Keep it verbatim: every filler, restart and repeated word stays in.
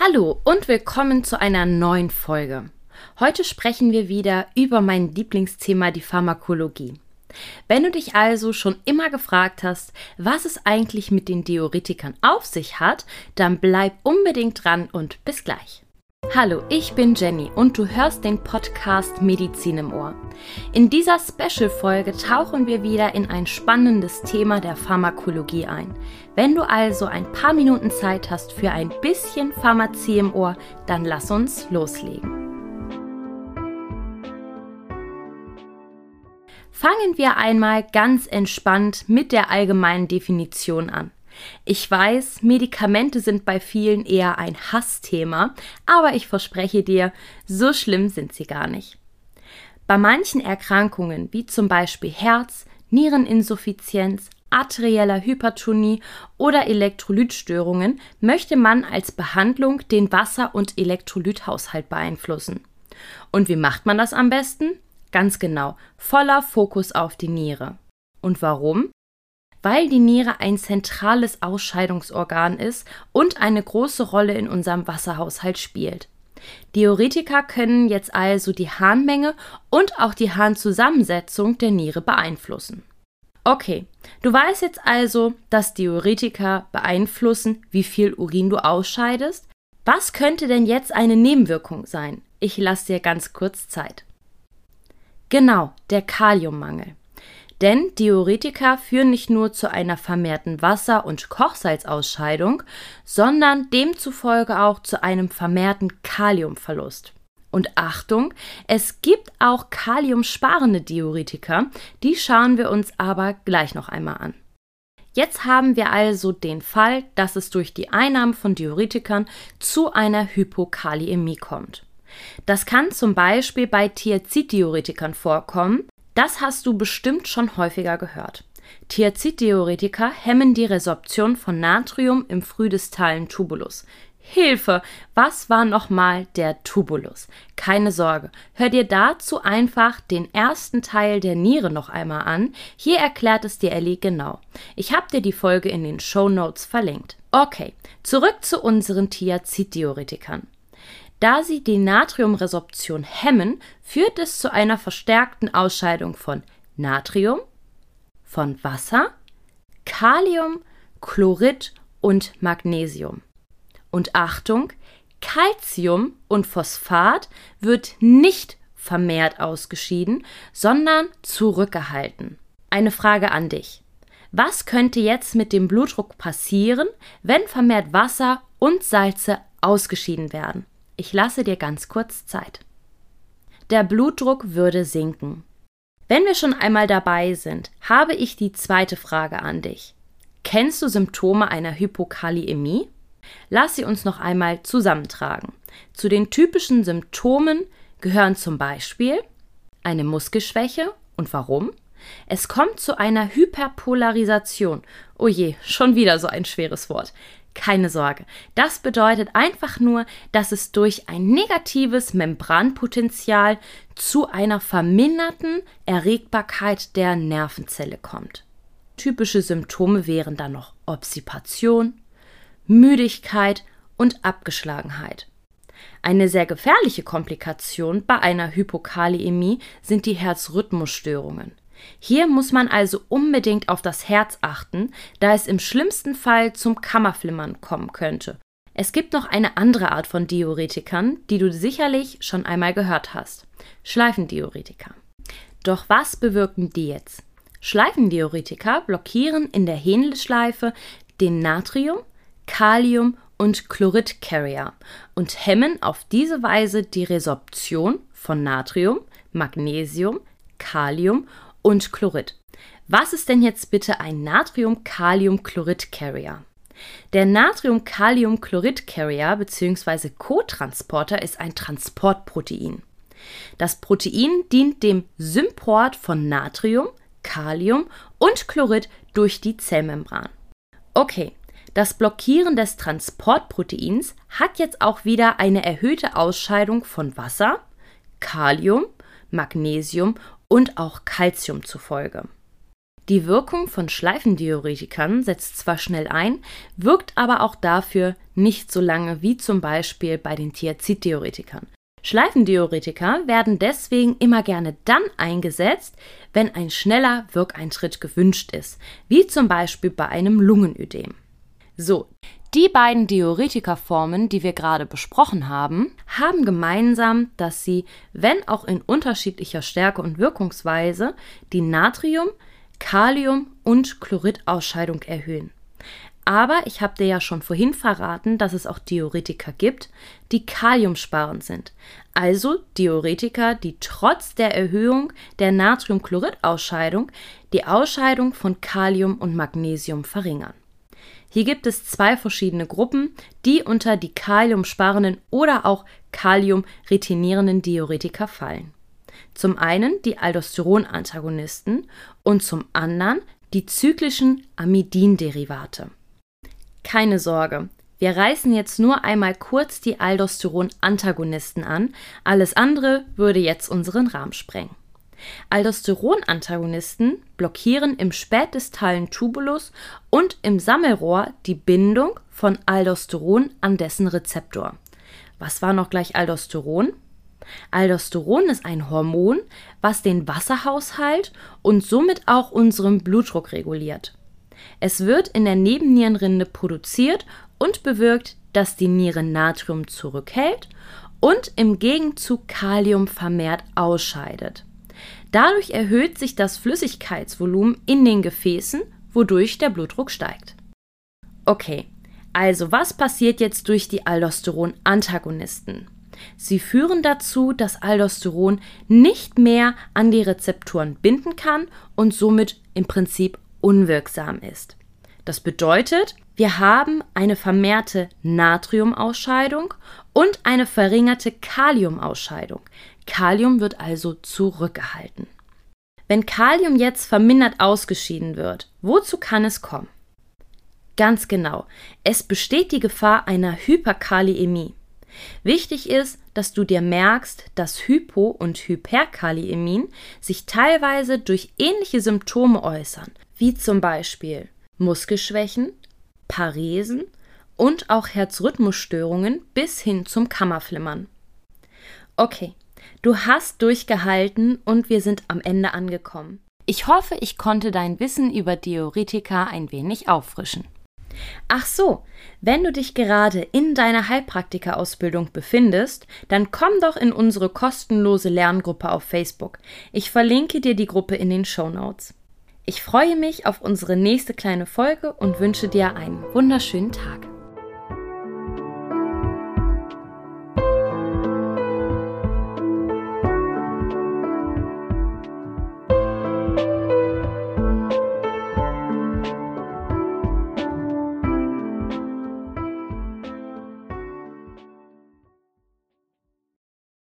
Hallo und willkommen zu einer neuen Folge. Heute sprechen wir wieder über mein Lieblingsthema, die Pharmakologie. Wenn du dich also schon immer gefragt hast, was es eigentlich mit den Diuretikern auf sich hat, dann bleib unbedingt dran und bis gleich. Hallo, ich bin Jenny und du hörst den Podcast Medizin im Ohr. In dieser Special-Folge tauchen wir wieder in ein spannendes Thema der Pharmakologie ein. Wenn du also ein paar Minuten Zeit hast für ein bisschen Pharmazie im Ohr, dann lass uns loslegen. Fangen wir einmal ganz entspannt mit der allgemeinen Definition an. Ich weiß, Medikamente sind bei vielen eher ein Hassthema, aber ich verspreche dir, so schlimm sind sie gar nicht. Bei manchen Erkrankungen, wie zum Beispiel Herz-, Niereninsuffizienz, arterieller Hypertonie oder Elektrolytstörungen, möchte man als Behandlung den Wasser- und Elektrolythaushalt beeinflussen. Und wie macht man das am besten? Ganz genau, voller Fokus auf die Niere. Und warum? Weil die Niere ein zentrales Ausscheidungsorgan ist und eine große Rolle in unserem Wasserhaushalt spielt. Diuretika können jetzt also die Harnmenge und auch die Harnzusammensetzung der Niere beeinflussen. Okay, du weißt jetzt also, dass Diuretika beeinflussen, wie viel Urin du ausscheidest. Was könnte denn jetzt eine Nebenwirkung sein? Ich lasse dir ganz kurz Zeit. Genau, der Kaliummangel. Denn Diuretika führen nicht nur zu einer vermehrten Wasser- und Kochsalzausscheidung, sondern demzufolge auch zu einem vermehrten Kaliumverlust. Und Achtung, es gibt auch kaliumsparende Diuretika, die schauen wir uns aber gleich noch einmal an. Jetzt haben wir also den Fall, dass es durch die Einnahme von Diuretikern zu einer Hypokaliämie kommt. Das kann zum Beispiel bei Thiaziddiuretikern vorkommen. Das hast du bestimmt schon häufiger gehört. Thiaziddiuretika hemmen die Resorption von Natrium im frühdistalen Tubulus. Hilfe, was war nochmal der Tubulus? Keine Sorge, hör dir dazu einfach den ersten Teil der Niere noch einmal an. Hier erklärt es dir Ellie genau. Ich habe dir die Folge in den Shownotes verlinkt. Okay, zurück zu unseren Thiaziddiuretikern. Da sie die Natriumresorption hemmen, führt es zu einer verstärkten Ausscheidung von Natrium, von Wasser, Kalium, Chlorid und Magnesium. Und Achtung, Calcium und Phosphat wird nicht vermehrt ausgeschieden, sondern zurückgehalten. Eine Frage an dich. Was könnte jetzt mit dem Blutdruck passieren, wenn vermehrt Wasser und Salze ausgeschieden werden? Ich lasse dir ganz kurz Zeit. Der Blutdruck würde sinken. Wenn wir schon einmal dabei sind, habe ich die zweite Frage an dich. Kennst du Symptome einer Hypokaliämie? Lass sie uns noch einmal zusammentragen. Zu den typischen Symptomen gehören zum Beispiel eine Muskelschwäche. Und warum? Es kommt zu einer Hyperpolarisation. Oh je, schon wieder so ein schweres Wort. Keine Sorge, das bedeutet einfach nur, dass es durch ein negatives Membranpotenzial zu einer verminderten Erregbarkeit der Nervenzelle kommt. Typische Symptome wären dann noch Obstipation, Müdigkeit und Abgeschlagenheit. Eine sehr gefährliche Komplikation bei einer Hypokaliämie sind die Herzrhythmusstörungen. Hier muss man also unbedingt auf das Herz achten, da es im schlimmsten Fall zum Kammerflimmern kommen könnte. Es gibt noch eine andere Art von Diuretikern, die du sicherlich schon einmal gehört hast. Schleifendiuretika. Doch was bewirken die jetzt? Schleifendiuretika blockieren in der Henle-Schleife den Natrium-, Kalium- und Chlorid-Carrier und hemmen auf diese Weise die Resorption von Natrium, Magnesium, Kalium und Chlorid. Was ist denn jetzt bitte ein Natrium-Kalium-Chlorid-Carrier? Der Natrium-Kalium-Chlorid-Carrier bzw. Kotransporter ist ein Transportprotein. Das Protein dient dem Symport von Natrium, Kalium und Chlorid durch die Zellmembran. Okay, das Blockieren des Transportproteins hat jetzt auch wieder eine erhöhte Ausscheidung von Wasser, Kalium, Magnesium und auch Calcium zur Folge. Die Wirkung von Schleifendiuretikern setzt zwar schnell ein, wirkt aber auch dafür nicht so lange wie zum Beispiel bei den Thiaziddiuretikern. Schleifendiuretika werden deswegen immer gerne dann eingesetzt, wenn ein schneller Wirkeintritt gewünscht ist, wie zum Beispiel bei einem Lungenödem. So, die beiden Diuretikaformen, die wir gerade besprochen haben, haben gemeinsam, dass sie, wenn auch in unterschiedlicher Stärke und Wirkungsweise, die Natrium-, Kalium- und Chloridausscheidung erhöhen. Aber ich habe dir ja schon vorhin verraten, dass es auch Diuretika gibt, die kaliumsparend sind. Also Diuretika, die trotz der Erhöhung der Natriumchloridausscheidung die Ausscheidung von Kalium und Magnesium verringern. Hier gibt es zwei verschiedene Gruppen, die unter die kaliumsparenden oder auch kaliumretinierenden Diuretika fallen. Zum einen die Aldosteronantagonisten und zum anderen die zyklischen Amidinderivate. Keine Sorge, wir reißen jetzt nur einmal kurz die Aldosteron-Antagonisten an, alles andere würde jetzt unseren Rahmen sprengen. Aldosteron-Antagonisten blockieren im spätdistalen Tubulus und im Sammelrohr die Bindung von Aldosteron an dessen Rezeptor. Was war noch gleich Aldosteron? Aldosteron ist ein Hormon, was den Wasserhaushalt und somit auch unseren Blutdruck reguliert. Es wird in der Nebennierenrinde produziert und bewirkt, dass die Niere Natrium zurückhält und im Gegenzug Kalium vermehrt ausscheidet. Dadurch erhöht sich das Flüssigkeitsvolumen in den Gefäßen, wodurch der Blutdruck steigt. Okay, also was passiert jetzt durch die Aldosteron-Antagonisten? Sie führen dazu, dass Aldosteron nicht mehr an die Rezeptoren binden kann und somit im Prinzip unwirksam ist. Das bedeutet, wir haben eine vermehrte Natriumausscheidung und eine verringerte Kaliumausscheidung. Kalium wird also zurückgehalten. Wenn Kalium jetzt vermindert ausgeschieden wird, wozu kann es kommen? Ganz genau, es besteht die Gefahr einer Hyperkaliämie. Wichtig ist, dass du dir merkst, dass Hypo- und Hyperkaliämien sich teilweise durch ähnliche Symptome äußern, wie zum Beispiel Muskelschwächen, Paresen und auch Herzrhythmusstörungen bis hin zum Kammerflimmern. Okay, du hast durchgehalten und wir sind am Ende angekommen. Ich hoffe, ich konnte dein Wissen über Diuretika ein wenig auffrischen. Ach so, wenn du dich gerade in deiner Heilpraktika-Ausbildung befindest, dann komm doch in unsere kostenlose Lerngruppe auf Facebook. Ich verlinke dir die Gruppe in den Shownotes. Ich freue mich auf unsere nächste kleine Folge und wünsche dir einen wunderschönen Tag.